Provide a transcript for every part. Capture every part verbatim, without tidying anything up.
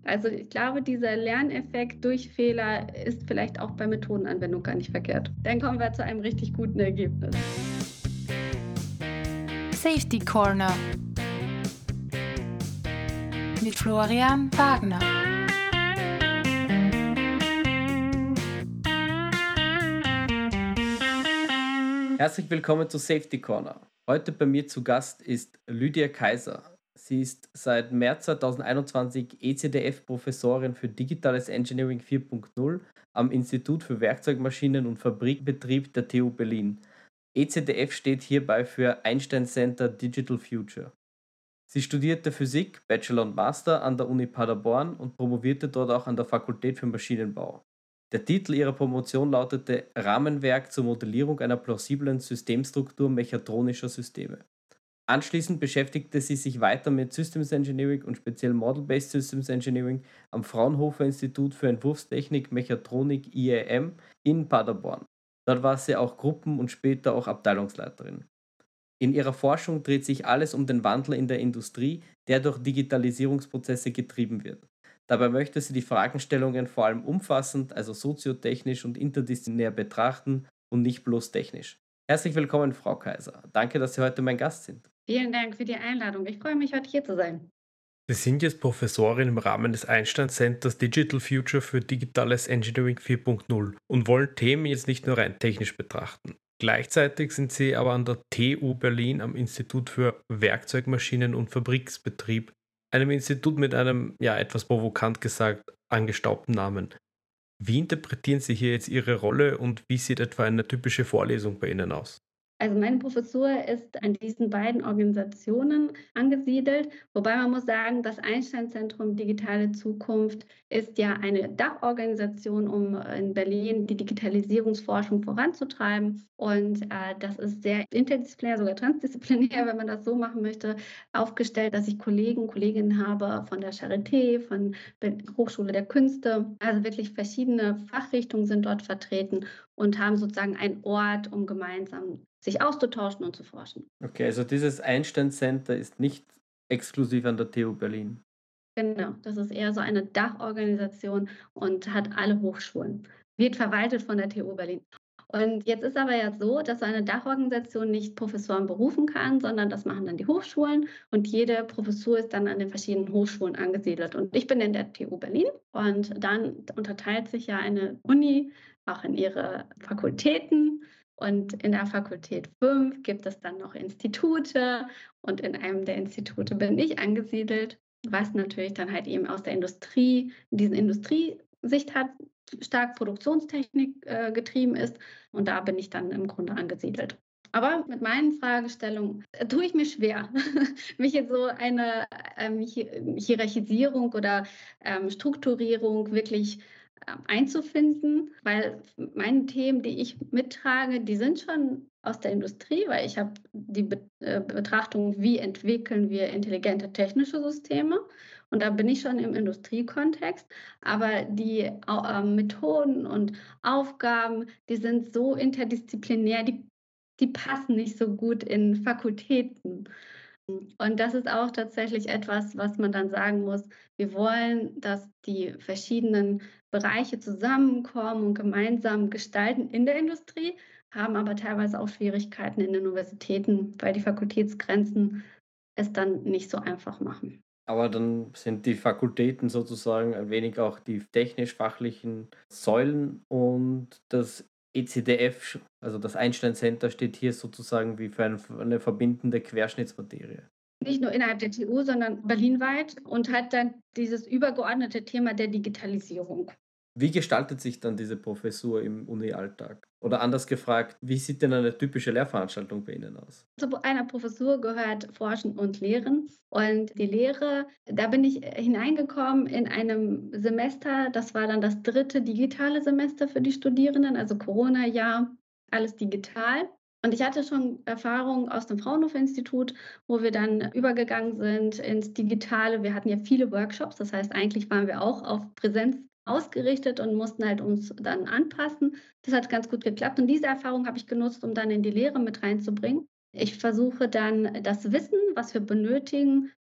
Also ich glaube, dieser Lerneffekt durch Fehler ist vielleicht auch bei Methodenanwendung gar nicht verkehrt. Dann kommen wir zu einem richtig guten Ergebnis. Safety Corner mit Florian Wagner. Herzlich willkommen zu Safety Corner. Heute bei mir zu Gast ist Lydia Kaiser. Sie ist seit März zweitausendeinundzwanzig E C D F-Professorin für Digitales Engineering vier Punkt null am Institut für Werkzeugmaschinen und Fabrikbetrieb der T U Berlin. E C D F steht hierbei für Einstein Center Digital Future. Sie studierte Physik, Bachelor und Master an der Uni Paderborn und promovierte dort auch an der Fakultät für Maschinenbau. Der Titel ihrer Promotion lautete Rahmenwerk zur Modellierung einer plausiblen Systemstruktur mechatronischer Systeme. Anschließend beschäftigte sie sich weiter mit Systems Engineering und speziell Model-Based Systems Engineering am Fraunhofer Institut für Entwurfstechnik Mechatronik I E M in Paderborn. Dort war sie auch Gruppen- und später auch Abteilungsleiterin. In ihrer Forschung dreht sich alles um den Wandel in der Industrie, der durch Digitalisierungsprozesse getrieben wird. Dabei möchte sie die Fragestellungen vor allem umfassend, also soziotechnisch und interdisziplinär betrachten und nicht bloß technisch. Herzlich willkommen, Frau Kaiser. Danke, dass Sie heute mein Gast sind. Vielen Dank für die Einladung. Ich freue mich, heute hier zu sein. Sie sind jetzt Professorin im Rahmen des Einstein Centers Digital Future für Digitales Engineering vier Punkt null und wollen Themen jetzt nicht nur rein technisch betrachten. Gleichzeitig sind Sie aber an der T U Berlin am Institut für Werkzeugmaschinen und Fabriksbetrieb, einem Institut mit einem, ja etwas provokant gesagt, angestaubten Namen. Wie interpretieren Sie hier jetzt Ihre Rolle und wie sieht etwa eine typische Vorlesung bei Ihnen aus? Also meine Professur ist an diesen beiden Organisationen angesiedelt, wobei man muss sagen, das Einstein-Zentrum Digitale Zukunft ist ja eine Dachorganisation, um in Berlin die Digitalisierungsforschung voranzutreiben. Und äh, das ist sehr interdisziplinär, sogar transdisziplinär, wenn man das so machen möchte, aufgestellt, dass ich Kollegen, Kolleginnen habe von der Charité, von der Hochschule der Künste. Also wirklich verschiedene Fachrichtungen sind dort vertreten und haben sozusagen einen Ort, um gemeinsam sich auszutauschen und zu forschen. Okay, also dieses Einstein Center ist nicht exklusiv an der T U Berlin. Genau, das ist eher so eine Dachorganisation und hat alle Hochschulen. Wird verwaltet von der T U Berlin. Und jetzt ist aber ja so, dass so eine Dachorganisation nicht Professoren berufen kann, sondern das machen dann die Hochschulen und jede Professur ist dann an den verschiedenen Hochschulen angesiedelt. Und ich bin in der T U Berlin und dann unterteilt sich ja eine Uni auch in ihre Fakultäten. Und in der Fakultät fünf gibt es dann noch Institute und in einem der Institute bin ich angesiedelt, was natürlich dann halt eben aus der Industrie, diesen Industriesicht hat, stark Produktionstechnik äh, getrieben ist. Und da bin ich dann im Grunde angesiedelt. Aber mit meinen Fragestellungen äh, tue ich mir schwer, mich in so eine ähm, Hi- Hierarchisierung oder ähm, Strukturierung wirklich ähm, einzufinden, weil meine Themen, die ich mittrage, die sind schon aus der Industrie, weil ich habe die Be äh, Betrachtung, wie entwickeln wir intelligente technische Systeme. Und da bin ich schon im Industriekontext. Aber die Au- ähm, Methoden und Aufgaben, die sind so interdisziplinär, die, die passen nicht so gut in Fakultäten. Und das ist auch tatsächlich etwas, was man dann sagen muss. Wir wollen, dass die verschiedenen Bereiche zusammenkommen und gemeinsam gestalten in der Industrie, haben aber teilweise auch Schwierigkeiten in den Universitäten, weil die Fakultätsgrenzen es dann nicht so einfach machen. Aber dann sind die Fakultäten sozusagen ein wenig auch die technisch-fachlichen Säulen und das E C D F, also das Einstein Center, steht hier sozusagen wie für ein- eine verbindende Querschnittsmaterie. Nicht nur innerhalb der T U, sondern berlinweit und hat dann dieses übergeordnete Thema der Digitalisierung. Wie gestaltet sich dann diese Professur im Uni-Alltag? Oder anders gefragt, wie sieht denn eine typische Lehrveranstaltung bei Ihnen aus? Zu einer Professur gehört Forschen und Lehren. Und die Lehre, da bin ich äh, hineingekommen in einem Semester, das war dann das dritte digitale Semester für die Studierenden, also Corona-Jahr, alles digital. Und ich hatte schon Erfahrung aus dem Fraunhofer-Institut, wo wir dann übergegangen sind ins Digitale. Wir hatten ja viele Workshops, das heißt, eigentlich waren wir auch auf Präsenz ausgerichtet und mussten halt uns dann anpassen. Das hat ganz gut geklappt. Und diese Erfahrung habe ich genutzt, um dann in die Lehre mit reinzubringen. Ich versuche dann das Wissen, was wir benötigen,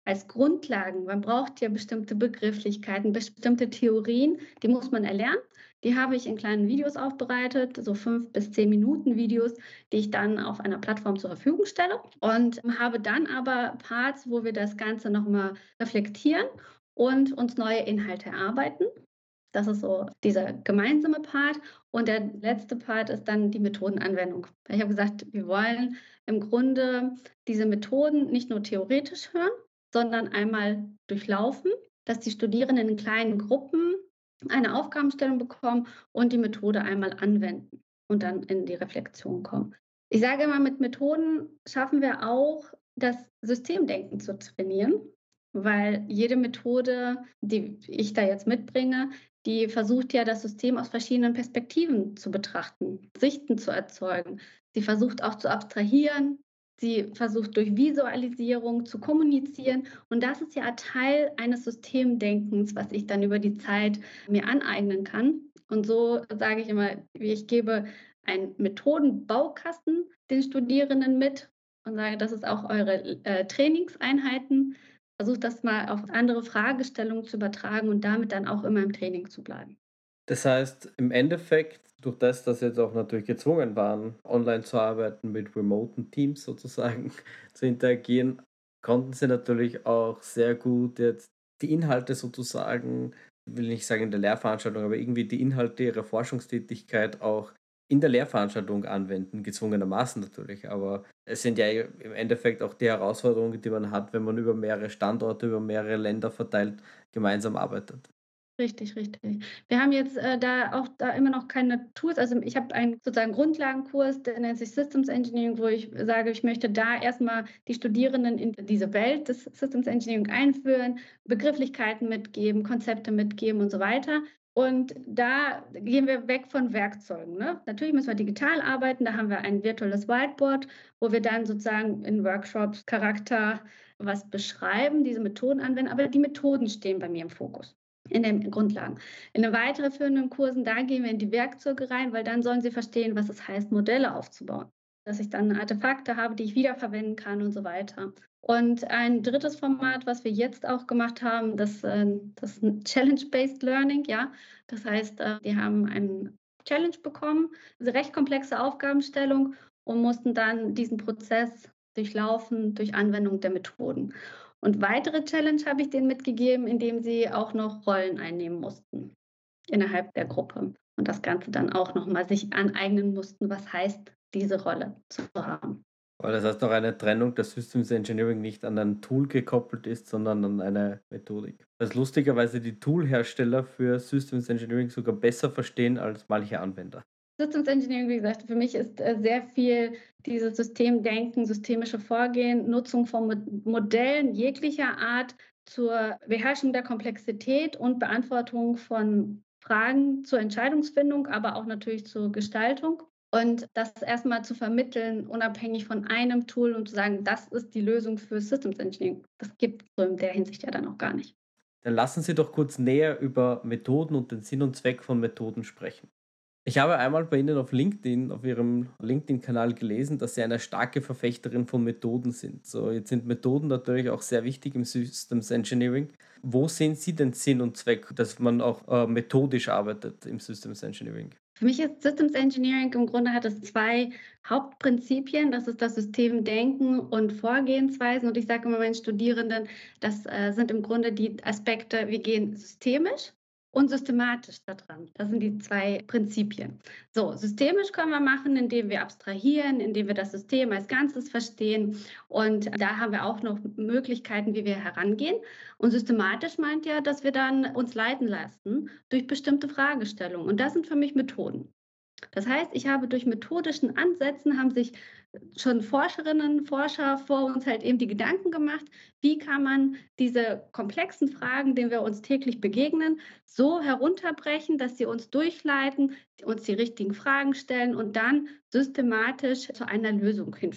als Grundlagen. Man braucht ja bestimmte Begrifflichkeiten, bestimmte Theorien, die muss man erlernen. Die habe ich in kleinen Videos aufbereitet, so fünf bis zehn Minuten Videos, die ich dann auf einer Plattform zur Verfügung stelle und habe dann aber Parts, wo wir das Ganze nochmal reflektieren und uns neue Inhalte erarbeiten. Das ist so dieser gemeinsame Part. Und der letzte Part ist dann die Methodenanwendung. Ich habe gesagt, wir wollen im Grunde diese Methoden nicht nur theoretisch hören, sondern einmal durchlaufen, dass die Studierenden in kleinen Gruppen eine Aufgabenstellung bekommen und die Methode einmal anwenden und dann in die Reflexion kommen. Ich sage immer, mit Methoden schaffen wir auch, das Systemdenken zu trainieren, weil jede Methode, die ich da jetzt mitbringe, die versucht ja, das System aus verschiedenen Perspektiven zu betrachten, Sichten zu erzeugen. Sie versucht auch zu abstrahieren. Sie versucht durch Visualisierung zu kommunizieren. Und das ist ja Teil eines Systemdenkens, was ich dann über die Zeit mir aneignen kann. Und so sage ich immer, ich gebe einen Methodenbaukasten den Studierenden mit und sage, das ist auch eure äh, Trainingseinheiten. Versucht das mal auf andere Fragestellungen zu übertragen und damit dann auch immer im Training zu bleiben. Das heißt, im Endeffekt, durch das, dass sie jetzt auch natürlich gezwungen waren, online zu arbeiten, mit remoten Teams sozusagen zu interagieren, konnten sie natürlich auch sehr gut jetzt die Inhalte sozusagen, ich will nicht sagen in der Lehrveranstaltung, aber irgendwie die Inhalte ihrer Forschungstätigkeit auch in der Lehrveranstaltung anwenden, gezwungenermaßen natürlich. Aber es sind ja im Endeffekt auch die Herausforderungen, die man hat, wenn man über mehrere Standorte, über mehrere Länder verteilt gemeinsam arbeitet. Richtig, richtig. Wir haben jetzt äh, da auch da immer noch keine Tools. Also ich habe einen sozusagen Grundlagenkurs, der nennt sich Systems Engineering, wo ich sage, ich möchte da erstmal die Studierenden in diese Welt des Systems Engineering einführen, Begrifflichkeiten mitgeben, Konzepte mitgeben und so weiter. Und da gehen wir weg von Werkzeugen. Ne? Natürlich müssen wir digital arbeiten. Da haben wir ein virtuelles Whiteboard, wo wir dann sozusagen in Workshops Charakter was beschreiben, diese Methoden anwenden. Aber die Methoden stehen bei mir im Fokus. In den Grundlagen. In den weiterführenden Kursen, da gehen wir in die Werkzeuge rein, weil dann sollen sie verstehen, was es heißt, Modelle aufzubauen. Dass ich dann Artefakte habe, die ich wiederverwenden kann und so weiter. Und ein drittes Format, was wir jetzt auch gemacht haben, das, äh, das ist Challenge-Based Learning. Ja? Das heißt, äh, die haben einen Challenge bekommen, eine recht komplexe Aufgabenstellung und mussten dann diesen Prozess durchlaufen durch Anwendung der Methoden. Und weitere Challenge habe ich denen mitgegeben, indem sie auch noch Rollen einnehmen mussten innerhalb der Gruppe und das Ganze dann auch nochmal sich aneignen mussten, was heißt, diese Rolle zu haben. Weil das heißt auch eine Trennung des Systems Engineering nicht an ein Tool gekoppelt ist, sondern an eine Methodik. Was lustigerweise die Toolhersteller für Systems Engineering sogar besser verstehen als manche Anwender. Systems Engineering, wie gesagt, für mich ist äh, sehr viel dieses Systemdenken, systemische Vorgehen, Nutzung von Mo- Modellen jeglicher Art zur Beherrschung der Komplexität und Beantwortung von Fragen zur Entscheidungsfindung, aber auch natürlich zur Gestaltung. Und das erstmal zu vermitteln, unabhängig von einem Tool und zu sagen, das ist die Lösung für Systems Engineering. Das gibt es so in der Hinsicht ja dann auch gar nicht. Dann lassen Sie doch kurz näher über Methoden und den Sinn und Zweck von Methoden sprechen. Ich habe einmal bei Ihnen auf LinkedIn, auf Ihrem LinkedIn-Kanal gelesen, dass Sie eine starke Verfechterin von Methoden sind. So, jetzt sind Methoden natürlich auch sehr wichtig im Systems Engineering. Wo sehen Sie den Sinn und Zweck, dass man auch äh, methodisch arbeitet im Systems Engineering? Für mich ist Systems Engineering im Grunde hat es zwei Hauptprinzipien. Das ist das Systemdenken und Vorgehensweisen. Und ich sage immer meinen Studierenden, das äh, sind im Grunde die Aspekte, wir gehen systemisch und systematisch daran. Das sind die zwei Prinzipien. So, systemisch können wir machen, indem wir abstrahieren, indem wir das System als Ganzes verstehen. Und da haben wir auch noch Möglichkeiten, wie wir herangehen. Und systematisch meint ja, dass wir dann uns leiten lassen durch bestimmte Fragestellungen. Und das sind für mich Methoden. Das heißt, ich habe durch methodischen Ansätzen haben sich schon Forscherinnen, Forscher vor uns halt eben die Gedanken gemacht, wie kann man diese komplexen Fragen, denen wir uns täglich begegnen, so herunterbrechen, dass sie uns durchleiten, uns die richtigen Fragen stellen und dann systematisch zu einer Lösung hinführen.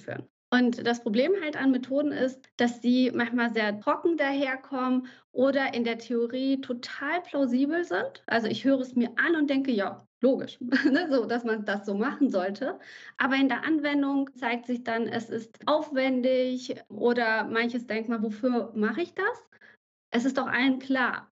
Und das Problem halt an Methoden ist, dass sie manchmal sehr trocken daherkommen oder in der Theorie total plausibel sind. Also ich höre es mir an und denke, ja, logisch, ne, so, dass man das so machen sollte. Aber in der Anwendung zeigt sich dann, es ist aufwendig oder manches denkt man, wofür mache ich das? Es ist doch allen klar.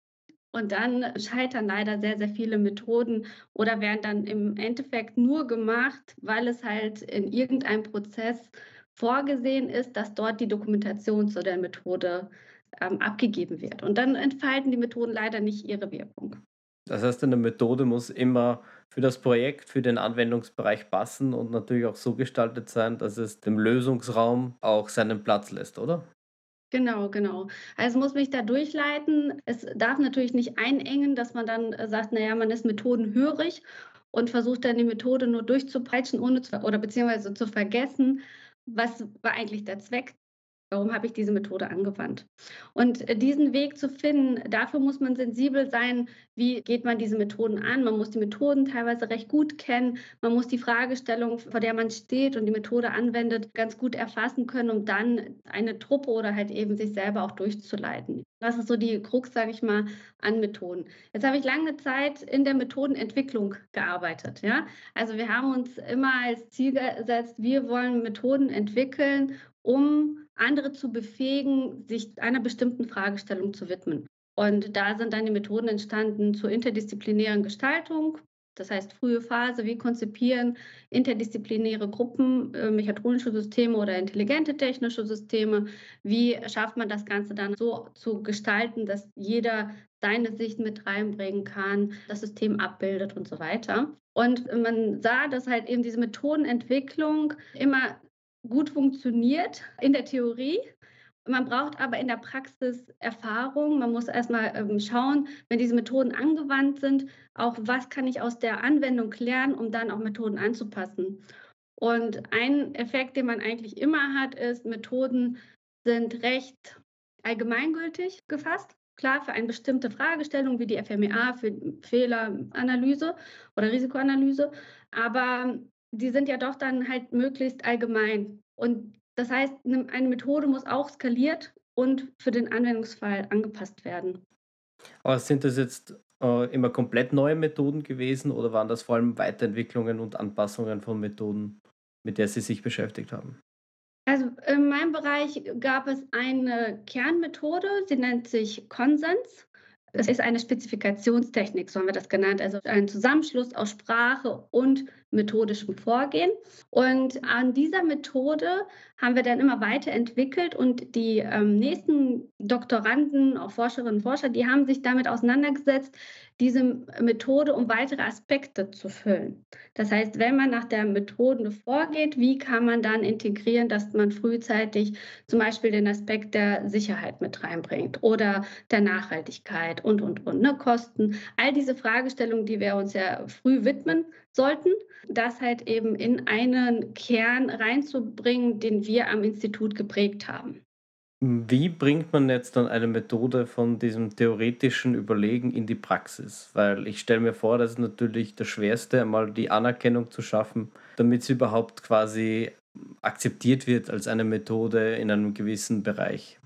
Und dann scheitern leider sehr, sehr viele Methoden oder werden dann im Endeffekt nur gemacht, weil es halt in irgendeinem Prozess vorgesehen ist, dass dort die Dokumentation zu der Methode ähm, abgegeben wird. Und dann entfalten die Methoden leider nicht ihre Wirkung. Das heißt, eine Methode muss immer für das Projekt, für den Anwendungsbereich passen und natürlich auch so gestaltet sein, dass es dem Lösungsraum auch seinen Platz lässt, oder? Genau, genau. Also, es muss mich da durchleiten. Es darf natürlich nicht einengen, dass man dann, äh, sagt: „Na ja, man ist methodenhörig“ und versucht dann die Methode nur durchzupeitschen, ohne zu oder beziehungsweise zu vergessen, was war eigentlich der Zweck. Warum habe ich diese Methode angewandt? Und, äh, diesen Weg zu finden, dafür muss man sensibel sein, wie geht man diese Methoden an? Man muss die Methoden teilweise recht gut kennen. Man muss die Fragestellung, vor der man steht und die Methode anwendet, ganz gut erfassen können, um dann eine Truppe oder halt eben sich selber auch durchzuleiten. Das ist so die Krux, sage ich mal, an Methoden. Jetzt habe ich lange Zeit in der Methodenentwicklung gearbeitet, ja? Also, wir haben uns immer als Ziel gesetzt, wir wollen Methoden entwickeln, um andere zu befähigen, sich einer bestimmten Fragestellung zu widmen. Und da sind dann die Methoden entstanden zur interdisziplinären Gestaltung. Das heißt, frühe Phase, wie konzipieren interdisziplinäre Gruppen äh, mechatronische Systeme oder intelligente technische Systeme? Wie schafft man das Ganze dann so zu gestalten, dass jeder seine Sicht mit reinbringen kann, das System abbildet und so weiter. Und man sah, dass halt eben diese Methodenentwicklung immer gut funktioniert in der Theorie. Man braucht aber in der Praxis Erfahrung. Man muss erst mal, ähm, schauen, wenn diese Methoden angewandt sind, auch was kann ich aus der Anwendung lernen, um dann auch Methoden anzupassen. Und ein Effekt, den man eigentlich immer hat, ist, Methoden sind recht allgemeingültig gefasst. Klar, für eine bestimmte Fragestellung wie die F M E A, für Fehleranalyse oder Risikoanalyse, aber die sind ja doch dann halt möglichst allgemein. Und das heißt, 'ne eine Methode muss auch skaliert und für den Anwendungsfall angepasst werden. Aber sind das jetzt äh, immer komplett neue Methoden gewesen oder waren das vor allem Weiterentwicklungen und Anpassungen von Methoden, mit der Sie sich beschäftigt haben? Also, in meinem Bereich gab es eine Kernmethode, sie nennt sich Konsens. Es ist eine Spezifikationstechnik, so haben wir das genannt, also ein Zusammenschluss aus Sprache und methodischem Vorgehen. Und an dieser Methode haben wir dann immer weiterentwickelt und die ähm, nächsten Doktoranden, auch Forscherinnen und Forscher, die haben sich damit auseinandergesetzt, diese Methode um weitere Aspekte zu füllen. Das heißt, wenn man nach der Methode vorgeht, wie kann man dann integrieren, dass man frühzeitig zum Beispiel den Aspekt der Sicherheit mit reinbringt oder der Nachhaltigkeit und, und, und, ne, Kosten. All diese Fragestellungen, die wir uns ja früh widmen sollten, das halt eben in einen Kern reinzubringen, den wir am Institut geprägt haben. Wie bringt man jetzt dann eine Methode von diesem theoretischen Überlegen in die Praxis? Weil ich stelle mir vor, das ist natürlich das Schwerste, einmal die Anerkennung zu schaffen, damit sie überhaupt quasi akzeptiert wird als eine Methode in einem gewissen Bereich.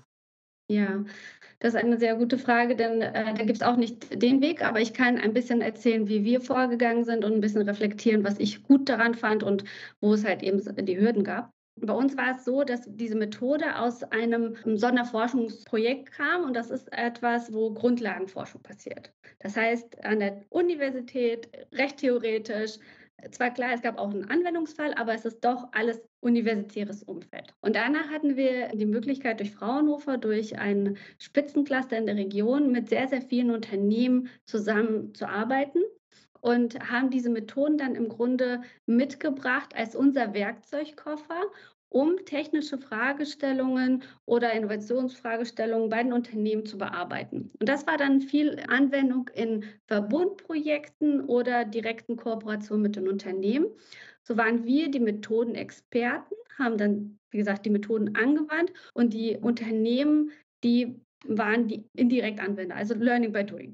Ja, das ist eine sehr gute Frage, denn äh, da gibt es auch nicht den Weg, aber ich kann ein bisschen erzählen, wie wir vorgegangen sind und ein bisschen reflektieren, was ich gut daran fand und wo es halt eben s die Hürden gab. Bei uns war es so, dass diese Methode aus einem Sonderforschungsprojekt kam und das ist etwas, wo Grundlagenforschung passiert. Das heißt, an der Universität, recht theoretisch, zwar klar, es gab auch einen Anwendungsfall, aber es ist doch alles universitäres Umfeld. Und danach hatten wir die Möglichkeit, durch Fraunhofer, durch ein Spitzencluster in der Region mit sehr, sehr vielen Unternehmen zusammenzuarbeiten und haben diese Methoden dann im Grunde mitgebracht als unser Werkzeugkoffer, um technische Fragestellungen oder Innovationsfragestellungen bei den Unternehmen zu bearbeiten. Und das war dann viel Anwendung in Verbundprojekten oder direkten Kooperationen mit den Unternehmen. So waren wir die Methodenexperten, haben dann, wie gesagt, die Methoden angewandt und die Unternehmen, die waren die Indirektanwender, also Learning by Doing.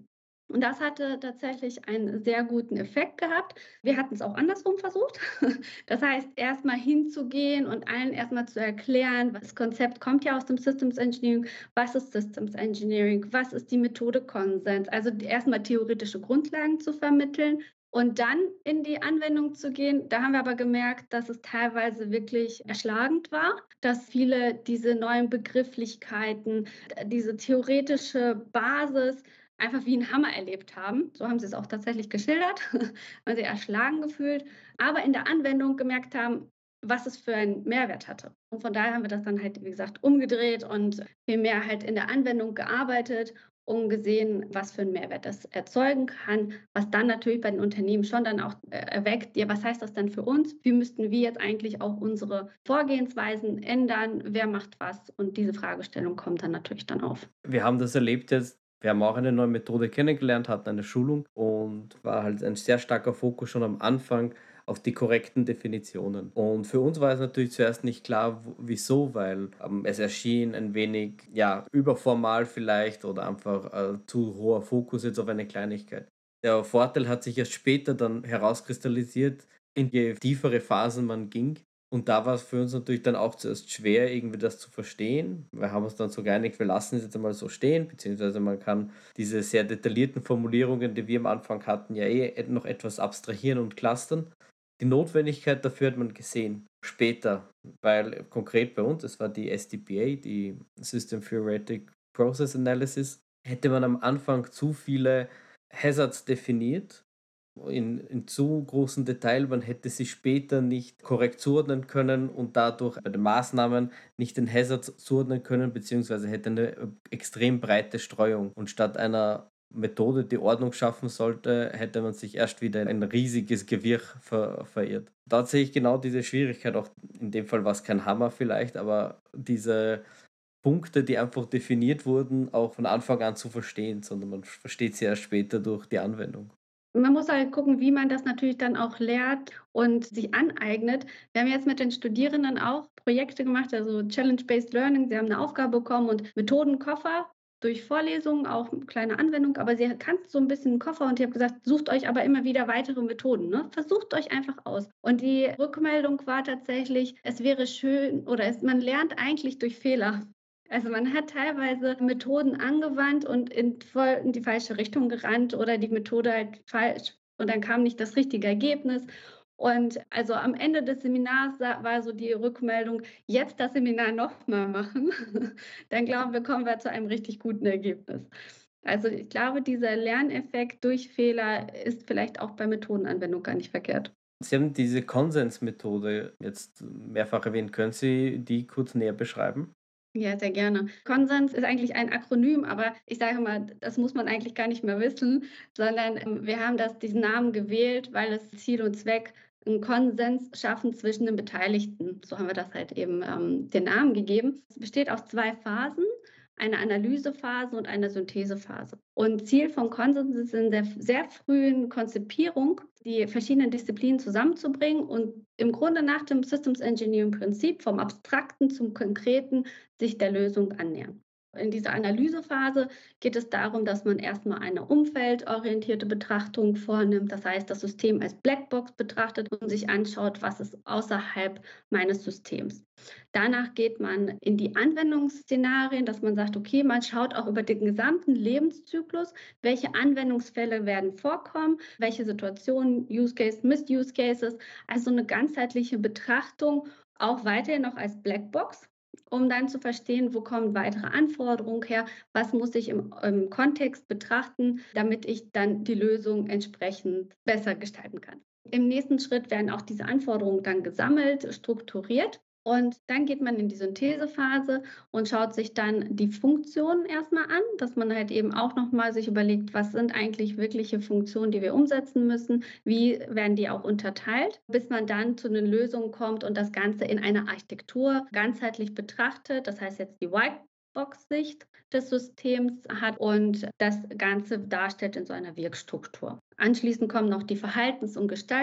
Und das hatte tatsächlich einen sehr guten Effekt gehabt. Wir hatten es auch andersrum versucht. Das heißt, erst mal hinzugehen und allen erst mal zu erklären, das Konzept kommt ja aus dem Systems Engineering. Was ist Systems Engineering? Was ist die Methode Konsens? Also erst mal theoretische Grundlagen zu vermitteln und dann in die Anwendung zu gehen. Da haben wir aber gemerkt, dass es teilweise wirklich erschlagend war, dass viele diese neuen Begrifflichkeiten, diese theoretische Basis einfach wie 'n Hammer erlebt haben. So haben sie es auch tatsächlich geschildert, haben sich erschlagen gefühlt, aber in der Anwendung gemerkt haben, was es für einen Mehrwert hatte. Und von daher haben wir das dann halt, wie gesagt, umgedreht und viel mehr halt in der Anwendung gearbeitet und gesehen, was für 'n Mehrwert das erzeugen kann, was dann natürlich bei den Unternehmen schon dann auch, äh, erweckt: „Ja, was heißt das denn für uns? Wie müssten wir jetzt eigentlich auch unsere Vorgehensweisen ändern? Wer macht was?“ Und diese Fragestellung kommt dann natürlich dann auf. Wir haben das erlebt jetzt. Wir haben auch eine neue Methode kennengelernt, hatten eine Schulung und war halt ein sehr starker Fokus schon am Anfang auf die korrekten Definitionen. Und für uns war es natürlich zuerst nicht klar, w- wieso, weil ähm, es erschien ein wenig, ja, überformal vielleicht oder einfach äh, zu hoher Fokus jetzt auf eine Kleinigkeit. Der Vorteil hat sich erst später dann herauskristallisiert, in je tiefere Phasen man ging. Und da war es für uns natürlich dann auch zuerst schwer, irgendwie das zu verstehen. Wir haben uns dann so geeinigt, wir lassen es jetzt einmal so stehen, beziehungsweise man kann diese sehr detaillierten Formulierungen, die wir am Anfang hatten, ja eh noch etwas abstrahieren und clustern. Die Notwendigkeit dafür hat man gesehen, später, weil konkret bei uns, es war die S D P A, die System Theoretic Process Analysis, hätte man am Anfang zu viele Hazards definiert in, in zu großem Detail, man hätte sie später nicht korrekt zuordnen können und dadurch bei den Maßnahmen nicht den Hazards zuordnen können, beziehungsweise hätte eine äh, extrem breite Streuung. Und statt einer Methode, die Ordnung schaffen sollte, hätte man sich erst wieder in ein riesiges Gewirr ver verirrt. Da sehe ich genau diese Schwierigkeit, auch in dem Fall war es kein Hammer vielleicht, aber diese Punkte, die einfach definiert wurden, auch von Anfang an zu verstehen, sondern man versteht sie erst später durch die Anwendung. Man muss halt gucken, wie man das natürlich dann auch lehrt und sich aneignet. Wir haben jetzt mit den Studierenden auch Projekte gemacht, also Challenge-Based Learning. Sie haben eine Aufgabe bekommen und Methodenkoffer durch Vorlesungen, auch 'ne kleine Anwendung, aber sie kannten so ein bisschen 'n Koffer und ich habe gesagt: „Sucht euch aber immer wieder weitere Methoden, ne? Versucht euch einfach aus.“ Und die Rückmeldung war tatsächlich, es wäre schön oder es man lernt eigentlich durch Fehler. Also, man hat teilweise Methoden angewandt und in voll in die falsche Richtung gerannt oder die Methode halt falsch und dann kam nicht das richtige Ergebnis. Und also, am Ende des Seminars sa war so die Rückmeldung: „Jetzt das Seminar noch mal machen, dann glauben wir, kommen wir zu einem richtig guten Ergebnis.“ Also, ich glaube, dieser Lerneffekt durch Fehler ist vielleicht auch bei Methodenanwendung gar nicht verkehrt. Sie haben diese Konsensmethode jetzt mehrfach erwähnt. Können Sie die kurz näher beschreiben? Ja, sehr gerne. Konsens ist eigentlich ein Akronym, aber ich sage mal, das muss man eigentlich gar nicht mehr wissen, sondern, ähm, wir haben das diesen Namen gewählt, weil es Ziel und Zweck 'n Konsens schaffen zwischen den Beteiligten. So haben wir das halt eben, ähm, den Namen gegeben. Es besteht aus zwei Phasen, eine Analysephase und eine Synthesephase. Und Ziel von Konsens ist in der f sehr frühen Konzipierung, die verschiedenen Disziplinen zusammenzubringen und im Grunde nach dem Systems Engineering Prinzip vom Abstrakten zum Konkreten sich der Lösung annähern. In dieser Analysephase geht es darum, dass man erstmal eine umfeldorientierte Betrachtung vornimmt. Das heißt, das System als Blackbox betrachtet und sich anschaut, was ist außerhalb meines Systems. Danach geht man in die Anwendungsszenarien, dass man sagt, okay, man schaut auch über den gesamten Lebenszyklus, welche Anwendungsfälle werden vorkommen, welche Situationen, Use Case, Misuse Cases, also eine ganzheitliche Betrachtung, auch weiterhin noch als Blackbox, um dann zu verstehen, wo kommen weitere Anforderungen her, was muss ich im, im Kontext betrachten, damit ich dann die Lösung entsprechend besser gestalten kann. Im nächsten Schritt werden auch diese Anforderungen dann gesammelt, strukturiert und dann geht man in die Synthesephase und schaut sich dann die Funktionen erstmal an, dass man halt eben auch noch mal sich überlegt, was sind eigentlich wirkliche Funktionen, die wir umsetzen müssen, wie werden die auch unterteilt, bis man dann zu den Lösungen kommt und das Ganze in einer Architektur ganzheitlich betrachtet. Das heißt jetzt die Whitebox-Sicht des Systems hat und das Ganze darstellt in so einer Wirkstruktur. Anschließend kommen noch die Verhaltens- und Gestalttheorien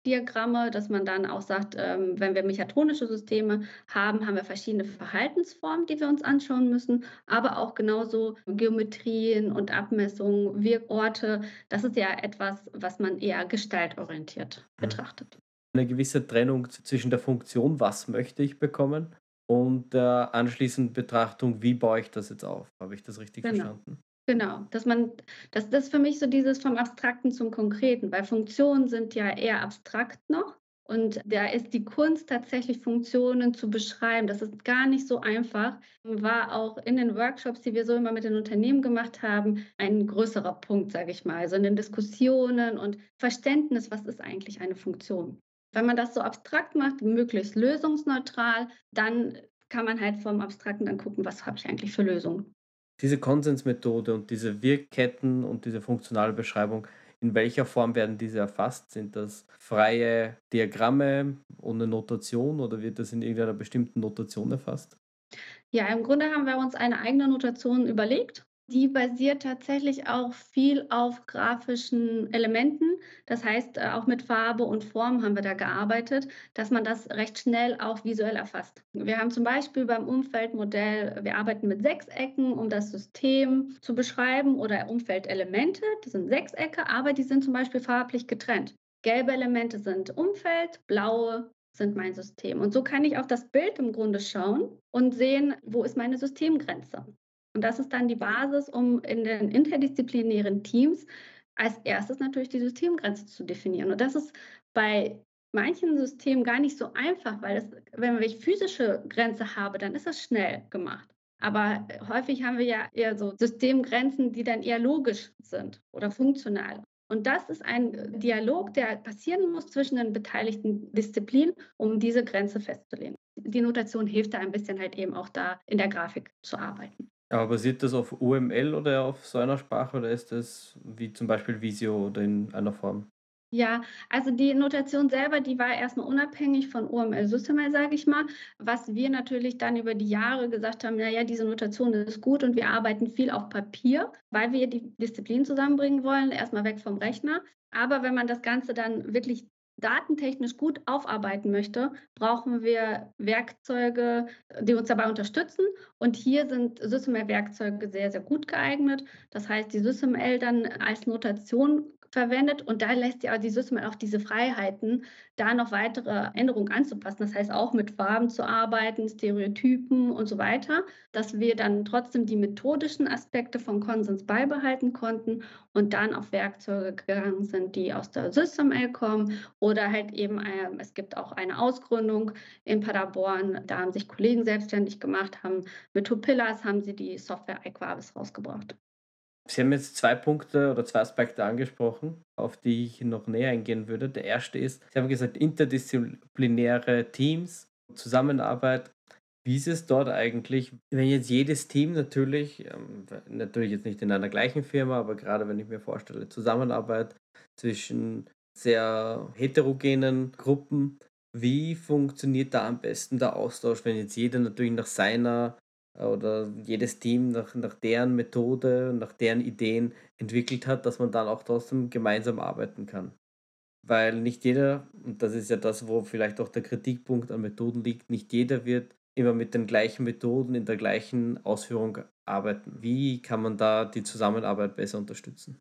Diagramme, dass man dann auch sagt, ähm, wenn wir mechatronische Systeme haben, haben wir verschiedene Verhaltensformen, die wir uns anschauen müssen, aber auch genauso Geometrien und Abmessungen, Wirkorte. Das ist ja etwas, was man eher gestaltorientiert Mhm. betrachtet. Eine gewisse Trennung z zwischen der Funktion, was möchte ich bekommen, und der anschließenden Betrachtung, wie baue ich das jetzt auf? Habe ich das richtig Genau. verstanden? Genau, dass man das das ist für mich so dieses vom Abstrakten zum Konkreten, weil Funktionen sind ja eher abstrakt noch und da ist die Kunst tatsächlich Funktionen zu beschreiben. Das ist gar nicht so einfach, war auch in den Workshops, die wir so immer mit den Unternehmen gemacht haben, ein größerer Punkt, sage ich mal. Also in den Diskussionen und Verständnis, was ist eigentlich eine Funktion? Wenn man das so abstrakt macht, möglichst lösungsneutral, dann kann man halt vom Abstrakten dann gucken, was habe ich eigentlich für Lösungen. Diese Konsensmethode und diese Wirkketten und diese funktionale Beschreibung, in welcher Form werden diese erfasst? Sind das freie Diagramme ohne Notation oder wird das in irgendeiner bestimmten Notation erfasst? Ja, im Grunde haben wir uns eine eigene Notation überlegt. Die basiert tatsächlich auch viel auf grafischen Elementen. Das heißt, äh, auch mit Farbe und Form haben wir da gearbeitet, dass man das recht schnell auch visuell erfasst. Wir haben zum Beispiel beim Umfeldmodell, wir arbeiten mit Sechsecken, um das System zu beschreiben oder Umfeldelemente. Das sind Sechsecke, aber die sind zum Beispiel farblich getrennt. Gelbe Elemente sind Umfeld, blaue sind mein System. Und so kann ich auf das Bild im Grunde schauen und sehen, wo ist meine Systemgrenze. Und das ist dann die Basis, um in den interdisziplinären Teams als erstes natürlich die Systemgrenze zu definieren. Und das ist bei manchen Systemen gar nicht so einfach, weil es, wenn ich physische Grenze habe, dann ist das schnell gemacht. Aber äh, häufig haben wir ja eher so Systemgrenzen, die dann eher logisch sind oder funktional. Und das ist ein äh, Dialog, der passieren muss zwischen den beteiligten Disziplinen, um diese Grenze festzulegen. Die Notation hilft da ein bisschen halt eben auch da in der Grafik zu arbeiten. Aber basiert das auf U M L oder auf so einer Sprache oder ist das wie zum Beispiel Visio oder in einer Form? Ja, also die Notation selber, die war erstmal unabhängig von O M L Systeml, sage ich mal. Was wir natürlich dann über die Jahre gesagt haben, na ja, diese Notation ist gut und wir arbeiten viel auf Papier, weil wir die Disziplinen zusammenbringen wollen, erstmal weg vom Rechner. Aber wenn man das Ganze dann wirklich datentechnisch gut aufarbeiten möchte, brauchen wir Werkzeuge, die uns dabei unterstützen. Und hier sind SysML-Werkzeuge sehr, sehr gut geeignet. Das heißt, die SysML dann als Notation verwendet und da lässt ja die SysML auch diese Freiheiten, da noch weitere Änderungen anzupassen. Das heißt auch mit Farben zu arbeiten, Stereotypen und so weiter, dass wir dann trotzdem die methodischen Aspekte von Konsens beibehalten konnten und dann auf Werkzeuge gegangen sind, die aus der SysML kommen oder halt eben, ähm, es gibt auch eine Ausgründung in Paderborn, da haben sich Kollegen selbstständig gemacht, haben mit Topillas haben sie die Software iQuavis rausgebracht. Sie haben jetzt zwei Punkte oder zwei Aspekte angesprochen, auf die ich noch näher eingehen würde. Der erste ist, Sie haben gesagt, interdisziplinäre Teams, Zusammenarbeit. Wie ist es dort eigentlich, wenn jetzt jedes Team natürlich, ähm, natürlich jetzt nicht in einer gleichen Firma, aber gerade wenn ich mir vorstelle, Zusammenarbeit zwischen sehr heterogenen Gruppen, wie funktioniert da am besten der Austausch, wenn jetzt jeder natürlich nach seiner äh, oder jedes Team nach, nach deren Methode und nach deren Ideen entwickelt hat, dass man dann auch trotzdem gemeinsam arbeiten kann? Weil nicht jeder, und das ist ja das, wo vielleicht auch der Kritikpunkt an Methoden liegt, nicht jeder wird immer mit den gleichen Methoden in der gleichen Ausführung arbeiten. Wie kann man da die Zusammenarbeit besser unterstützen?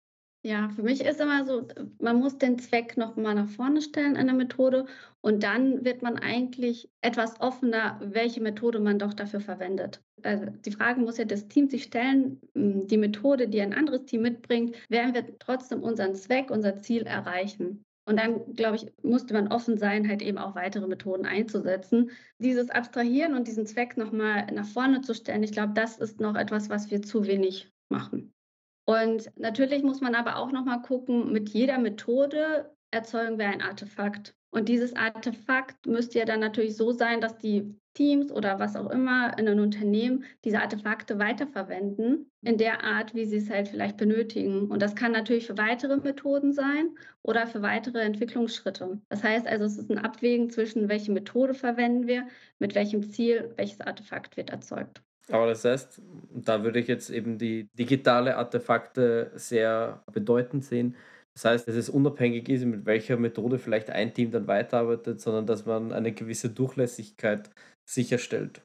Ja, für mich ist immer so, man muss den Zweck noch mal nach vorne stellen einer Methode und dann wird man eigentlich etwas offener, welche Methode man doch dafür verwendet. Also, die Frage muss ja das Team sich stellen, hm, die Methode, die ein anderes Team mitbringt, werden wir trotzdem unseren Zweck, unser Ziel erreichen? Und dann, glaube ich, musste man offen sein, halt eben auch weitere Methoden einzusetzen. Dieses Abstrahieren und diesen Zweck noch mal nach vorne zu stellen, ich glaube, das ist noch etwas, was wir zu wenig machen. Und natürlich muss man aber auch noch mal gucken, mit jeder Methode erzeugen wir ein Artefakt. Und dieses Artefakt müsste ja dann natürlich so sein, dass die Teams oder was auch immer in 'nem Unternehmen diese Artefakte weiterverwenden in der Art, wie sie es halt vielleicht benötigen. Und das kann natürlich für weitere Methoden sein oder für weitere Entwicklungsschritte. Das heißt also, es ist ein Abwägen zwischen welche Methode verwenden wir, mit welchem Ziel, welches Artefakt wird erzeugt. Aber das heißt, da würde ich jetzt eben die digitale Artefakte sehr bedeutend sehen. Das heißt, dass es unabhängig ist, mit welcher Methode vielleicht ein Team dann weiterarbeitet, sondern dass man eine gewisse Durchlässigkeit sicherstellt.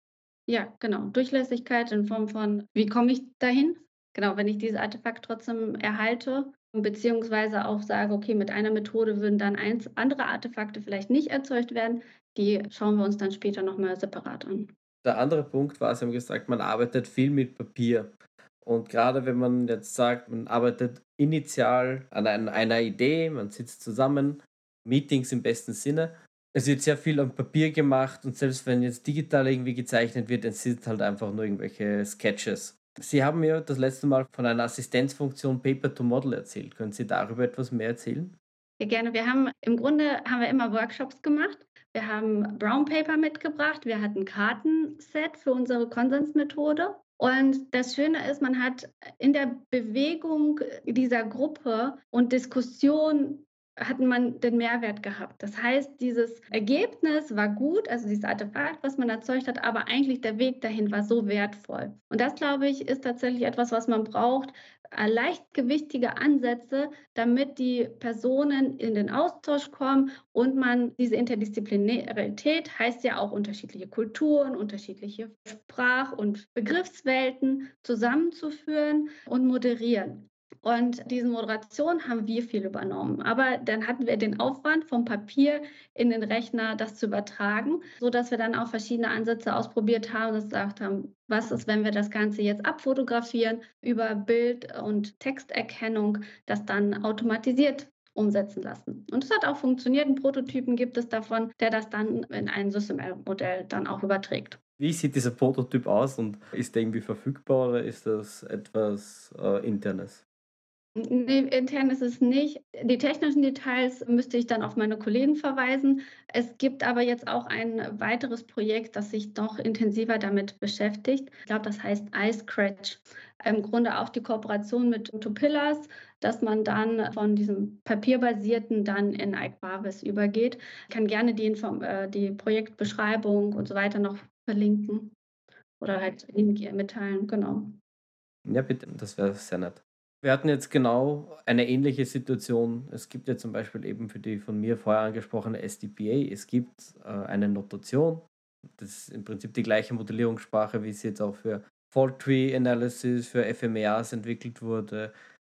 Ja, genau. Durchlässigkeit in Form von: Wie komme ich dahin? Genau, wenn ich dieses Artefakt trotzdem erhalte, beziehungsweise auch sage: „Okay, mit einer Methode würden dann eins andere Artefakte vielleicht nicht erzeugt werden.“ Die schauen wir uns dann später noch mal separat an. Der andere Punkt war, Sie haben gesagt, man arbeitet viel mit Papier. Und gerade wenn man jetzt sagt, man arbeitet initial an ein einer Idee, man sitzt zusammen, Meetings im besten Sinne. Es wird sehr viel am Papier gemacht und selbst wenn jetzt digital irgendwie gezeichnet wird, es sind halt einfach nur irgendwelche Sketches. Sie haben mir das letzte Mal von einer Assistenzfunktion Paper to Model erzählt. Können Sie darüber etwas mehr erzählen? Ja, gerne. Wir haben im Grunde haben wir immer Workshops gemacht. Wir haben Brown Paper mitgebracht. Wir hatten Kartenset für unsere Konsensmethode. Und das Schöne ist, man hat in der Bewegung dieser Gruppe und Diskussion hat man den Mehrwert gehabt. Das heißt, dieses Ergebnis war gut, also dieses Artefakt, was man erzeugt hat, aber eigentlich der Weg dahin war so wertvoll. Und das, glaube ich, ist tatsächlich etwas, was man braucht, äh, leichtgewichtige Ansätze, damit die Personen in den Austausch kommen und man diese Interdisziplinarität heißt ja auch unterschiedliche Kulturen, unterschiedliche Sprach- und Begriffswelten zusammenzuführen und moderieren. Und diese Moderation haben wir viel übernommen. Aber dann hatten wir den Aufwand vom Papier in den Rechner, das zu übertragen, sodass wir dann auch verschiedene Ansätze ausprobiert haben und gesagt haben, was ist, wenn wir das Ganze jetzt abfotografieren über Bild- und Texterkennung, das dann automatisiert umsetzen lassen. Und es hat auch funktioniert. Einen Prototypen gibt es davon, der das dann in ein SysML-Modell dann auch überträgt. Wie sieht dieser Prototyp aus und ist der irgendwie verfügbar oder ist das etwas äh, Internes? Ne, intern ist es nicht. Die technischen Details müsste ich dann auf meine Kollegen verweisen. Es gibt aber jetzt auch ein weiteres Projekt, das sich noch intensiver damit beschäftigt. Ich glaube, das heißt iScratch. Im Grunde auch die Kooperation mit Topillas, dass man dann von diesem papierbasierten dann in iQuavis übergeht. Ich kann gerne die Inform äh, die Projektbeschreibung und so weiter noch verlinken oder halt Ihnen ge mitteilen, genau. Ja, bitte, das wäre sehr nett. Wir hatten jetzt genau eine ähnliche Situation. Es gibt ja zum Beispiel eben für die von mir vorher angesprochene S D P A, es gibt äh, eine Notation. Das ist im Prinzip die gleiche Modellierungssprache, wie sie jetzt auch für Fault Tree Analysis, für F M E As entwickelt wurde.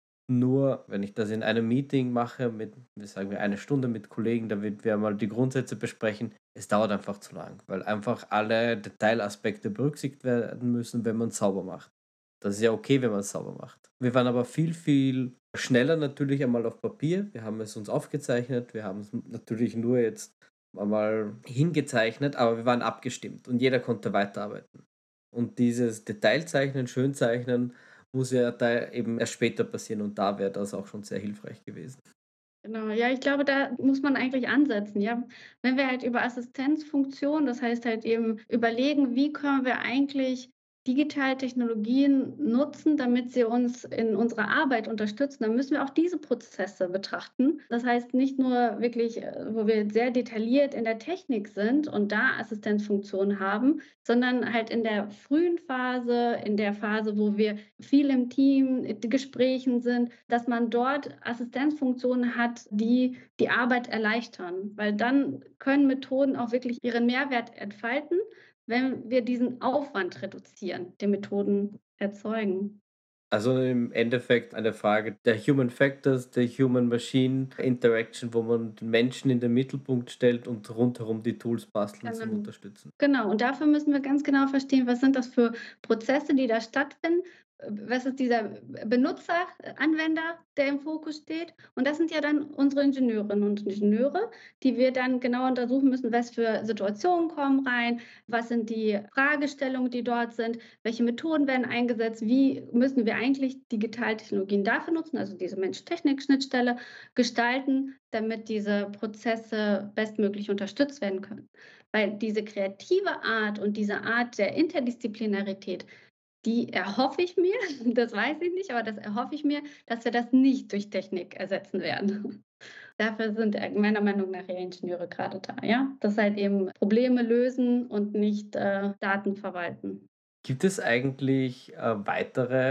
Nur, wenn ich das in einem Meeting mache, mit, wir sagen wir, eine Stunde mit Kollegen, damit wir mal die Grundsätze besprechen, es dauert einfach zu lang, weil einfach alle Detailaspekte berücksichtigt werden müssen, wenn man es sauber macht. Das ist ja okay, wenn man es sauber macht. Wir waren aber viel, viel schneller natürlich einmal auf Papier. Wir haben es uns aufgezeichnet. Wir haben es natürlich nur jetzt einmal hingezeichnet, aber wir waren abgestimmt und jeder konnte weiterarbeiten. Und dieses Detailzeichnen, Schönzeichnen muss ja da eben erst später passieren und da wäre das auch schon sehr hilfreich gewesen. Genau, ja, ich glaube, da muss man eigentlich ansetzen, ja. Wenn wir halt über Assistenzfunktionen, das heißt halt eben überlegen, wie können wir eigentlich digitale Technologien nutzen, damit sie uns in unserer Arbeit unterstützen, dann müssen wir auch diese Prozesse betrachten. Das heißt nicht nur wirklich, äh, wo wir sehr detailliert in der Technik sind und da Assistenzfunktionen haben, sondern halt in der frühen Phase, in der Phase, wo wir viel im Team, in Gesprächen sind, dass man dort Assistenzfunktionen hat, die die Arbeit erleichtern, weil dann können Methoden auch wirklich ihren Mehrwert entfalten, wenn wir diesen Aufwand reduzieren, den Methoden erzeugen. Also im Endeffekt eine Frage der Human Factors, der Human-Machine Interaction, wo man den Menschen in den Mittelpunkt stellt und rundherum die Tools basteln zum Genau. Unterstützen. Genau, und dafür müssen wir ganz genau verstehen, was sind das für Prozesse, die da stattfinden? Äh, Was ist dieser Benutzer, äh, Anwender, der im Fokus steht? Und das sind ja dann unsere Ingenieurinnen und Ingenieure, die wir dann genau untersuchen müssen, was für Situationen kommen rein, was sind die Fragestellungen, die dort sind, welche Methoden werden eingesetzt, wie müssen wir eigentlich Digitaltechnologien dafür nutzen, also diese Mensch-Technik-Schnittstelle gestalten, damit diese Prozesse bestmöglich unterstützt werden können. Weil diese kreative Art und diese Art der Interdisziplinarität, die erhoffe ich mir, das weiß ich nicht, aber das erhoffe ich mir, dass wir das nicht durch Technik ersetzen werden. Dafür sind äh, meiner Meinung nach ja Ingenieure gerade da, ja? Dass halt eben Probleme lösen und nicht, äh, Daten verwalten. Gibt es eigentlich äh, weitere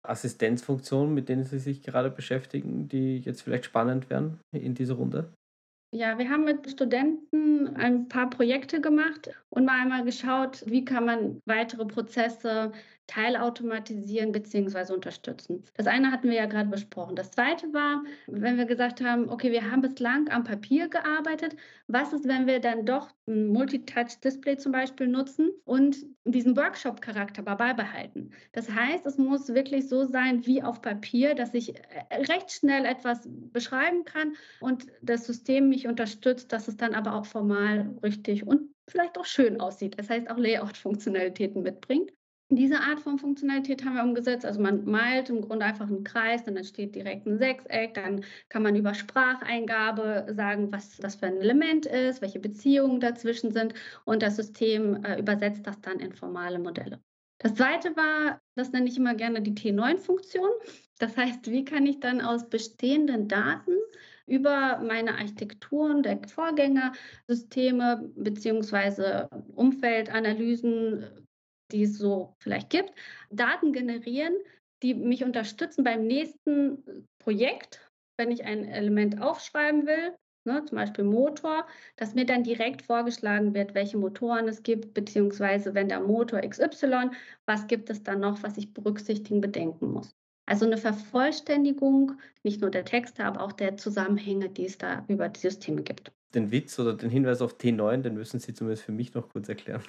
Assistenzfunktionen, mit denen Sie sich gerade beschäftigen, die jetzt vielleicht spannend wären in dieser Runde? Ja, wir haben mit Studenten ein paar Projekte gemacht und mal einmal geschaut, wie kann man weitere Prozesse teilautomatisieren bzw. unterstützen. Das eine hatten wir ja gerade besprochen. Das zweite war, wenn wir gesagt haben, okay, wir haben bislang am Papier gearbeitet. Was ist, wenn wir dann doch ein Multitouch-Display zum Beispiel nutzen und diesen Workshop-Charakter aber beibehalten? Das heißt, es muss wirklich so sein wie auf Papier, dass ich äh, recht schnell etwas beschreiben kann und das System mich unterstützt, dass es dann aber auch formal richtig und vielleicht auch schön aussieht. Das heißt, auch Layout-Funktionalitäten mitbringt. Diese Art von Funktionalität haben wir umgesetzt. Also man malt im Grunde einfach einen Kreis, dann entsteht direkt ein Sechseck. Dann kann man über Spracheingabe sagen, was das für ein Element ist, welche Beziehungen dazwischen sind. Und das System äh, übersetzt das dann in formale Modelle. Das zweite war, das nenne ich immer gerne die T neun Funktion. Das heißt, wie kann ich dann aus bestehenden Daten über meine Architekturen der Vorgängersysteme beziehungsweise Umfeldanalysen, die es so vielleicht gibt, Daten generieren, die mich unterstützen beim nächsten äh, Projekt, wenn ich ein Element aufschreiben will, ne, zum Beispiel Motor, dass mir dann direkt vorgeschlagen wird, welche Motoren es gibt, beziehungsweise wenn der Motor X Y, was gibt es dann noch, was ich berücksichtigen, bedenken muss. Also eine Vervollständigung nicht nur der Texte, aber auch der Zusammenhänge, die es da über die Systeme gibt. Den Witz oder den Hinweis auf T neun, den müssen Sie zumindest für mich noch kurz erklären.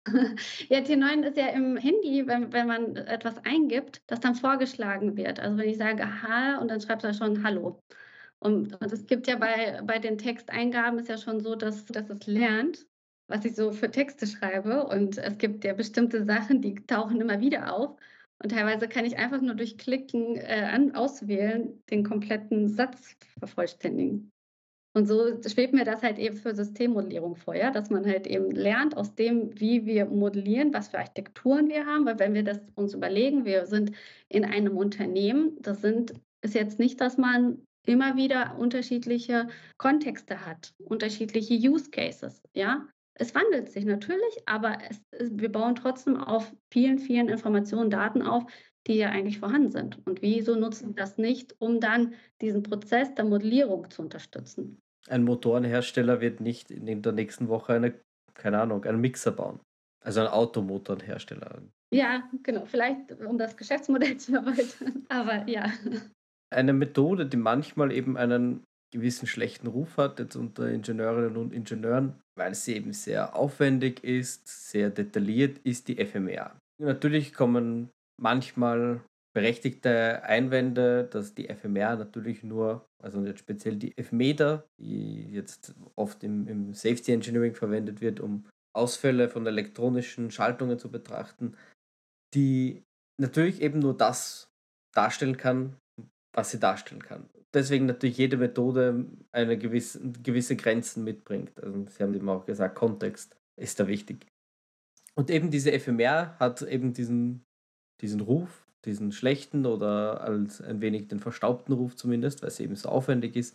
Ja, T neun ist ja im Handy, wenn wenn man etwas eingibt, das dann vorgeschlagen wird. Also, wenn ich sage: „Ha“ und dann schreibt er schon „Hallo“. Und und es gibt ja bei bei den Texteingaben ist ja schon so, dass dass es lernt, was ich so für Texte schreibe. Und es gibt ja bestimmte Sachen, die tauchen immer wieder auf. Und teilweise kann ich einfach nur durch Klicken, äh, an auswählen, den kompletten Satz vervollständigen. Und so schwebt mir das halt eben für Systemmodellierung vor, ja, dass man halt eben lernt aus dem, wie wir modellieren, was für Architekturen wir haben. Weil wenn wir das uns überlegen, wir sind in einem Unternehmen, das sind ist jetzt nicht, dass man immer wieder unterschiedliche Kontexte hat, unterschiedliche Use Cases, ja? Es wandelt sich natürlich, aber es es wir bauen trotzdem auf vielen, vielen Informationen, Daten auf, die ja eigentlich vorhanden sind. Und wieso nutzen wir das nicht, um dann diesen Prozess der Modellierung zu unterstützen? Ein Motorenhersteller wird nicht in der nächsten Woche eine, keine Ahnung, einen Mixer bauen. Also ein Automotorenhersteller. Ja, genau, vielleicht um das Geschäftsmodell zu erweitern, aber ja. Eine Methode, die manchmal eben einen gewissen schlechten Ruf hat, jetzt unter Ingenieurinnen und Ingenieuren, weil sie eben sehr aufwendig ist, sehr detailliert, ist die F M E A. Natürlich kommen manchmal berechtigte Einwände, dass die F M E A natürlich nur, also jetzt speziell die F M E D A, die jetzt oft im, im Safety Engineering verwendet wird, um Ausfälle von elektronischen Schaltungen zu betrachten, die natürlich eben nur das darstellen kann, was sie darstellen kann. Deswegen natürlich jede Methode eine gewisse, gewisse Grenzen mitbringt. Also Sie haben eben auch gesagt, Kontext ist da wichtig. Und eben diese F M R hat eben diesen, diesen Ruf, diesen schlechten oder als ein wenig den verstaubten Ruf zumindest, weil sie eben so aufwendig ist.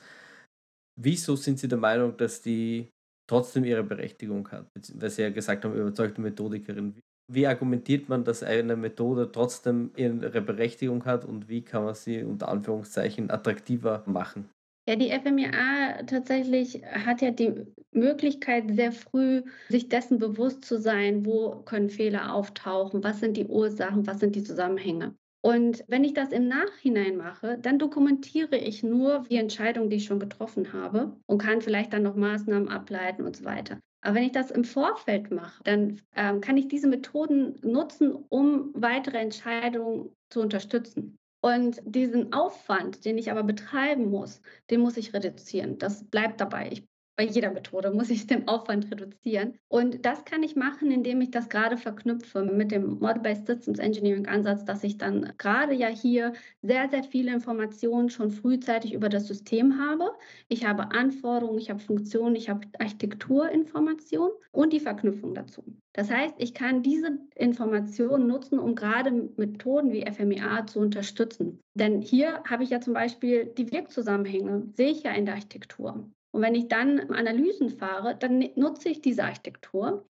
Wieso sind Sie der Meinung, dass die trotzdem ihre Berechtigung hat? Weil Sie ja gesagt haben, überzeugte Methodikerin. Wie argumentiert man, dass eine Methode trotzdem ihre Berechtigung hat und wie kann man sie unter Anführungszeichen attraktiver machen? Ja, die F M E A tatsächlich hat ja die Möglichkeit, sehr früh sich dessen bewusst zu sein, wo können Fehler auftauchen, was sind die Ursachen, was sind die Zusammenhänge. Und wenn ich das im Nachhinein mache, dann dokumentiere ich nur die Entscheidung, die ich schon getroffen habe und kann vielleicht dann noch Maßnahmen ableiten und so weiter. Aber wenn ich das im Vorfeld mache, dann ähm, kann ich diese Methoden nutzen, um weitere Entscheidungen zu unterstützen. Und diesen Aufwand, den ich aber betreiben muss, den muss ich reduzieren. Das bleibt dabei. Ich bei jeder Methode muss ich den Aufwand reduzieren. Und das kann ich machen, indem ich das gerade verknüpfe mit dem Model-Based Systems Engineering Ansatz, dass ich dann gerade ja hier sehr, sehr viele Informationen schon frühzeitig über das System habe. Ich habe Anforderungen, ich habe Funktionen, ich habe Architekturinformationen und die Verknüpfung dazu. Das heißt, ich kann diese Informationen nutzen, um gerade Methoden wie F M E A zu unterstützen. Denn hier habe ich ja zum Beispiel die Wirkzusammenhänge, sehe ich ja in der Architektur. Und wenn ich dann Analysen fahre, dann nutze ich diese Architektur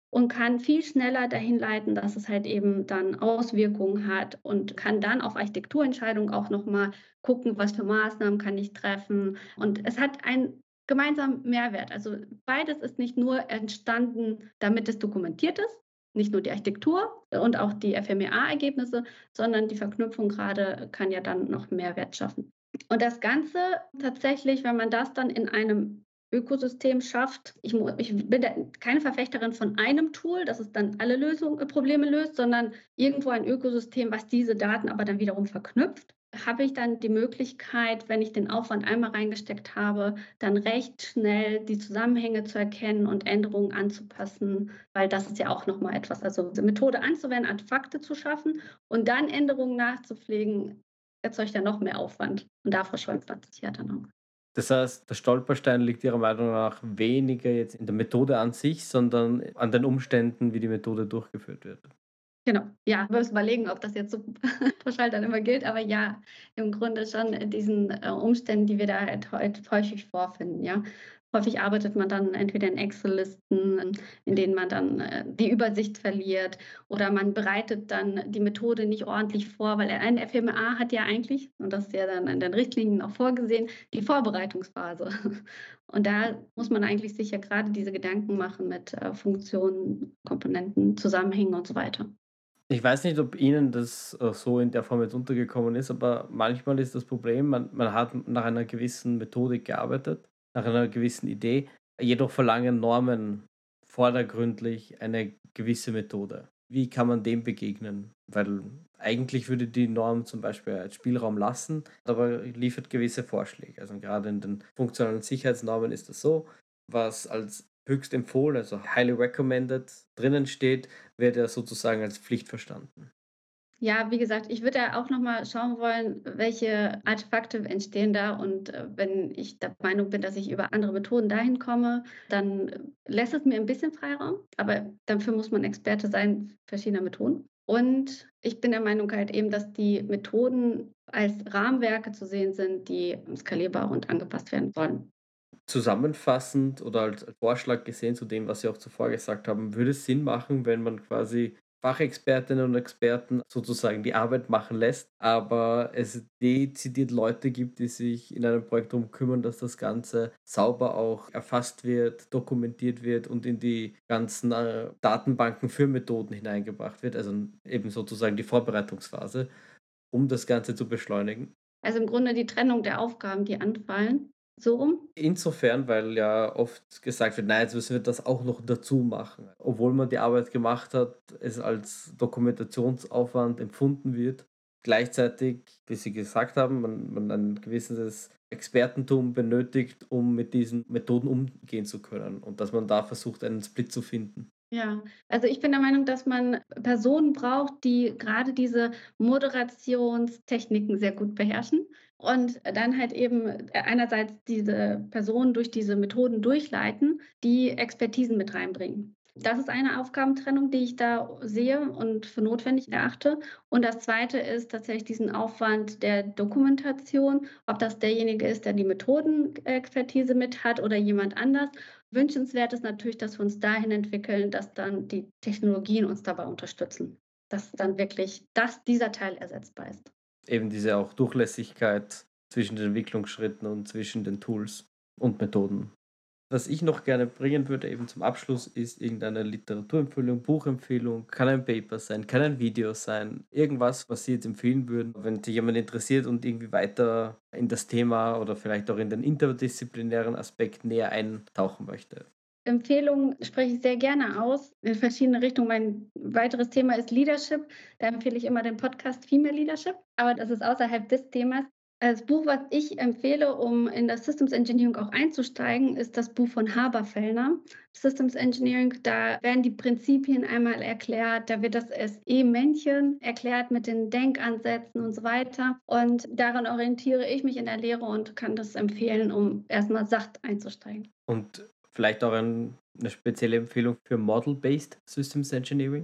und kann viel schneller dahin leiten, dass es halt eben dann Auswirkungen hat und kann dann auf Architekturentscheidungen auch noch mal gucken, was für Maßnahmen kann ich treffen. Und es hat einen gemeinsamen Mehrwert. Also beides ist nicht nur entstanden, damit es dokumentiert ist, nicht nur die Architektur und auch die F M E A-Ergebnisse, sondern die Verknüpfung gerade kann ja dann noch Mehrwert schaffen. Und das Ganze tatsächlich, wenn man das dann in einem Ökosystem schafft. Ich, mu- ich bin da keine Verfechterin von einem Tool, das es dann alle Lösung, äh, Probleme löst, sondern irgendwo ein Ökosystem, was diese Daten aber dann wiederum verknüpft. Habe ich dann die Möglichkeit, wenn ich den Aufwand einmal reingesteckt habe, dann recht schnell die Zusammenhänge zu erkennen und Änderungen anzupassen, weil das ist ja auch nochmal etwas, also die Methode anzuwenden, Artefakte zu schaffen und dann Änderungen nachzupflegen, erzeugt ja noch mehr Aufwand und da verschleunigt man sich ja dann auch. Das heißt, der Stolperstein liegt Ihrer Meinung nach weniger jetzt in der Methode an sich, sondern an den Umständen, wie die Methode durchgeführt wird. Genau, ja, wir müssen überlegen, ob das jetzt so pauschal dann immer gilt, aber ja, im Grunde schon in diesen äh, Umständen, die wir da halt heut häufig vorfinden, ja. Häufig arbeitet man dann entweder in Excel-Listen, in denen man dann äh, die Übersicht verliert oder man bereitet dann die Methode nicht ordentlich vor, weil ein F M E A hat ja eigentlich, und das ist ja dann in den Richtlinien auch vorgesehen, die Vorbereitungsphase. Und da muss man eigentlich sich ja gerade diese Gedanken machen mit äh, Funktionen, Komponenten, Zusammenhängen und so weiter. Ich weiß nicht, ob Ihnen das äh, so in der Form jetzt untergekommen ist, aber manchmal ist das Problem, man, man hat nach einer gewissen Methodik gearbeitet, nach einer gewissen Idee, jedoch verlangen Normen vordergründlich eine gewisse Methode. Wie kann man dem begegnen? Weil eigentlich würde die Norm zum Beispiel als Spielraum lassen, aber liefert gewisse Vorschläge. Also gerade in den funktionalen Sicherheitsnormen ist das so, was als höchst empfohlen, also highly recommended drinnen steht, wird ja sozusagen als Pflicht verstanden. Ja, wie gesagt, ich würde ja auch noch mal schauen wollen, welche Artefakte entstehen da und, äh, wenn ich der Meinung bin, dass ich über andere Methoden dahin komme, dann äh, lässt es mir ein bisschen Freiraum, aber dafür muss man Experte sein verschiedener Methoden. Und ich bin der Meinung halt eben, dass die Methoden als Rahmenwerke zu sehen sind, die skalierbar und angepasst werden sollen. Zusammenfassend oder als als Vorschlag gesehen zu dem, was Sie auch zuvor gesagt haben, würde es Sinn machen, wenn man quasi Fachexpertinnen und Experten sozusagen die Arbeit machen lässt, aber es dezidiert Leute gibt, die sich in einem Projekt darum kümmern, dass das Ganze sauber auch erfasst wird, dokumentiert wird und in die ganzen äh, Datenbanken für Methoden hineingebracht wird, also eben sozusagen die Vorbereitungsphase, um das Ganze zu beschleunigen. Also, im Grunde die Trennung der Aufgaben, die anfallen, so rum? Insofern, weil ja oft gesagt wird, nein, jetzt müssen wir das auch noch dazu machen. Obwohl man die Arbeit gemacht hat, es als Dokumentationsaufwand empfunden wird. Gleichzeitig, wie Sie gesagt haben, man, man ein gewisses Expertentum benötigt, um mit diesen Methoden umgehen zu können. Und dass man da versucht, einen Split zu finden. Ja, also ich bin der Meinung, dass man Personen braucht, die gerade diese Moderationstechniken sehr gut beherrschen und dann halt eben einerseits diese Personen durch diese Methoden durchleiten, die Expertisen mit reinbringen. Das ist eine Aufgabentrennung, die ich da sehe und für notwendig erachte. Und das Zweite ist tatsächlich diesen Aufwand der Dokumentation, ob das derjenige ist, der die Methodenexpertise mit hat oder jemand anders. Wünschenswert ist natürlich, dass wir uns dahin entwickeln, dass dann die Technologien uns dabei unterstützen, dass dann wirklich das dieser Teil ersetzbar ist. Eben diese auch Durchlässigkeit zwischen den Entwicklungsschritten und zwischen den Tools und Methoden. Was ich noch gerne bringen würde, eben zum Abschluss, ist irgendeine Literaturempfehlung, Buchempfehlung, kann ein Paper sein, kann ein Video sein, irgendwas, was Sie jetzt empfehlen würden, wenn sich jemand interessiert und irgendwie weiter in das Thema oder vielleicht auch in den interdisziplinären Aspekt näher eintauchen möchte. Empfehlungen spreche ich sehr gerne aus in verschiedene Richtungen. Mein weiteres Thema ist Leadership. Da empfehle ich immer den Podcast Female Leadership, aber das ist außerhalb des Themas. Das Buch, was ich empfehle, um in das Systems Engineering auch einzusteigen, ist das Buch von Haber-Fellner, Systems Engineering. Da werden die Prinzipien einmal erklärt, da wird das S E-Männchen erklärt mit den Denkansätzen und so weiter. Und daran orientiere ich mich in der Lehre und kann das empfehlen, um erstmal sacht einzusteigen. Und vielleicht auch ein, eine spezielle Empfehlung für Model-Based Systems Engineering.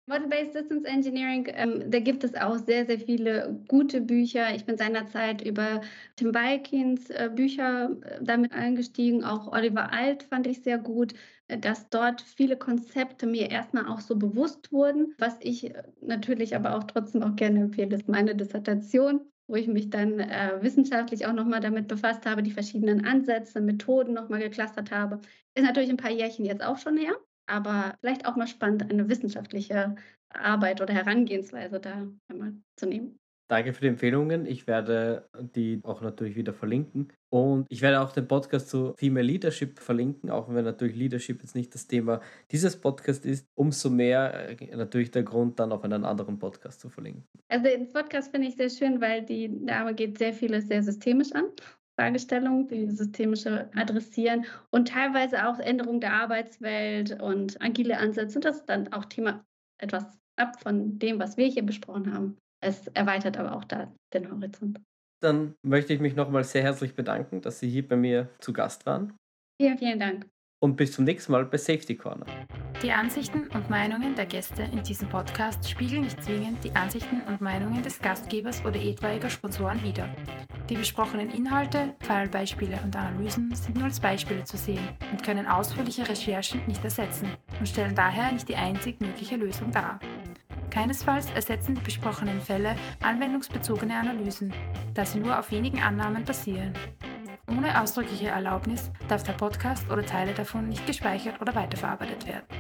Model-Based Systems Engineering, ähm, da gibt es auch sehr, sehr viele gute Bücher. Ich bin seinerzeit über Tim Balkins äh, Bücher äh, damit eingestiegen. Auch Oliver Alt fand ich sehr gut, äh, dass dort viele Konzepte mir erstmal auch so bewusst wurden. Was ich äh, natürlich aber auch trotzdem auch gerne empfehle, ist meine Dissertation, wo ich mich dann äh, wissenschaftlich auch nochmal damit befasst habe, die verschiedenen Ansätze, Methoden nochmal geclustert habe. Ist natürlich ein paar Jährchen jetzt auch schon her. Aber vielleicht auch mal spannend, eine wissenschaftliche Arbeit oder Herangehensweise da einmal zu nehmen. Danke für die Empfehlungen. Ich werde die auch natürlich wieder verlinken. Und ich werde auch den Podcast zu Female Leadership verlinken, auch wenn natürlich Leadership jetzt nicht das Thema dieses Podcasts ist. Umso mehr äh, natürlich der Grund, dann auf einen anderen Podcast zu verlinken. Also den Podcast finde ich sehr schön, weil die Dame geht sehr vieles sehr systemisch an. Fragestellungen, die systemische adressieren und teilweise auch Änderung der Arbeitswelt und agile Ansätze. Und das ist dann auch Thema etwas ab von dem, was wir hier besprochen haben. Es erweitert aber auch da den Horizont. Dann möchte ich mich nochmal sehr herzlich bedanken, dass Sie hier bei mir zu Gast waren. Vielen, vielen Dank. Und bis zum nächsten Mal bei Safety Corner. Die Ansichten und Meinungen der Gäste in diesem Podcast spiegeln nicht zwingend die Ansichten und Meinungen des Gastgebers oder etwaiger Sponsoren wider. Die besprochenen Inhalte, Fallbeispiele und Analysen sind nur als Beispiele zu sehen und können ausführliche Recherchen nicht ersetzen und stellen daher nicht die einzig mögliche Lösung dar. Keinesfalls ersetzen die besprochenen Fälle anwendungsbezogene Analysen, da sie nur auf wenigen Annahmen basieren. Ohne ausdrückliche Erlaubnis darf der Podcast oder Teile davon nicht gespeichert oder weiterverarbeitet werden.